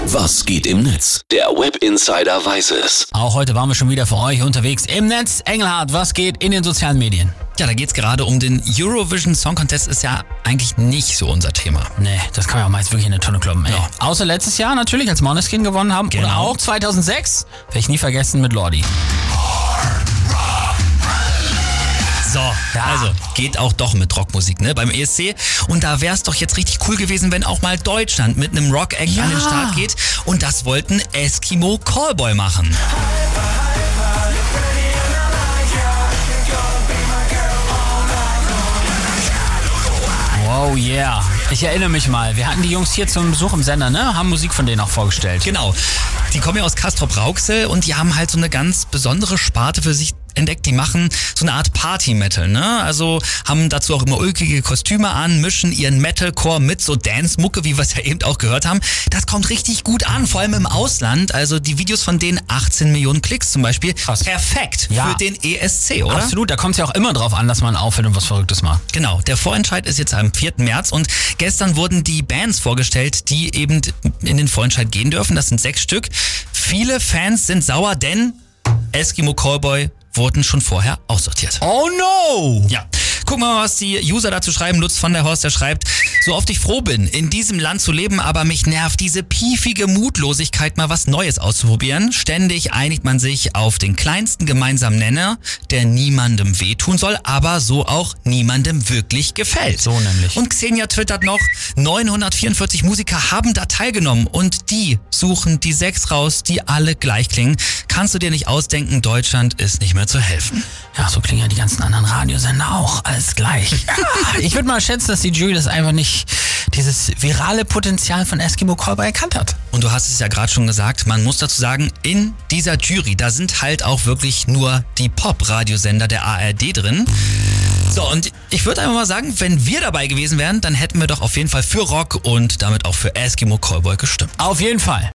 Was geht im Netz? Der Web Insider weiß es. Auch heute waren wir schon wieder für euch unterwegs im Netz. Engelhardt, was geht in den sozialen Medien? Ja, da geht's gerade um den Eurovision Song Contest, ist ja eigentlich nicht so unser Thema. Nee, das kann man auch meist wirklich in eine Tonne kloppen, ey. Ja. Außer letztes Jahr natürlich, als Måneskin gewonnen haben. Genau. Oder auch 2006, werde ich nie vergessen, mit Lordi. So, also geht auch doch mit Rockmusik, ne, beim ESC. Und da wäre es doch jetzt richtig cool gewesen, wenn auch mal Deutschland mit einem Rock-Act an den Start geht. Und das wollten Eskimo Callboy machen. Oh yeah. Ich erinnere mich mal, wir hatten die Jungs hier zum Besuch im Sender, ne? Haben Musik von denen auch vorgestellt. Genau. Die kommen ja aus Castrop-Rauxel und die haben halt so eine ganz besondere Sparte für sich entdeckt. Die machen so eine Art Party-Metal, ne? Also haben dazu auch immer ulkige Kostüme an, mischen ihren Metalcore mit so Dance-Mucke, wie wir es ja eben auch gehört haben. Das kommt richtig gut an, vor allem im Ausland. Also die Videos von denen 18 Millionen Klicks zum Beispiel. Krass. Perfekt Ja. für den ESC, oder? Absolut, da kommt es ja auch immer drauf an, dass man auffällt und was Verrücktes macht. Genau, der Vorentscheid ist jetzt am 4. März und gestern wurden die Bands vorgestellt, die eben in den Vorentscheid gehen dürfen. Das sind 6 Stück. Viele Fans sind sauer, denn Eskimo Callboy wurden schon vorher aussortiert. Oh no! Ja, gucken wir mal, was die User dazu schreiben. Lutz von der Horst, der schreibt: So oft ich froh bin, in diesem Land zu leben, aber mich nervt diese piefige Mutlosigkeit, mal was Neues auszuprobieren. Ständig einigt man sich auf den kleinsten gemeinsamen Nenner, der niemandem wehtun soll, aber so auch niemandem wirklich gefällt. So nämlich. Und Xenia twittert noch, 944 Musiker haben da teilgenommen und die suchen die 6 raus, die alle gleich klingen. Kannst du dir nicht ausdenken, Deutschland ist nicht mehr zu helfen. Ja, so klingen ja die ganzen anderen Radiosender auch. Alles gleich. Ich würde mal schätzen, dass die Jury das einfach nicht, dieses virale Potenzial von Eskimo Callboy erkannt hat. Und du hast es ja gerade schon gesagt, man muss dazu sagen, in dieser Jury, da sind halt auch wirklich nur die Pop-Radiosender der ARD drin. So, und ich würde einfach mal sagen, wenn wir dabei gewesen wären, dann hätten wir doch auf jeden Fall für Rock und damit auch für Eskimo Callboy gestimmt. Auf jeden Fall.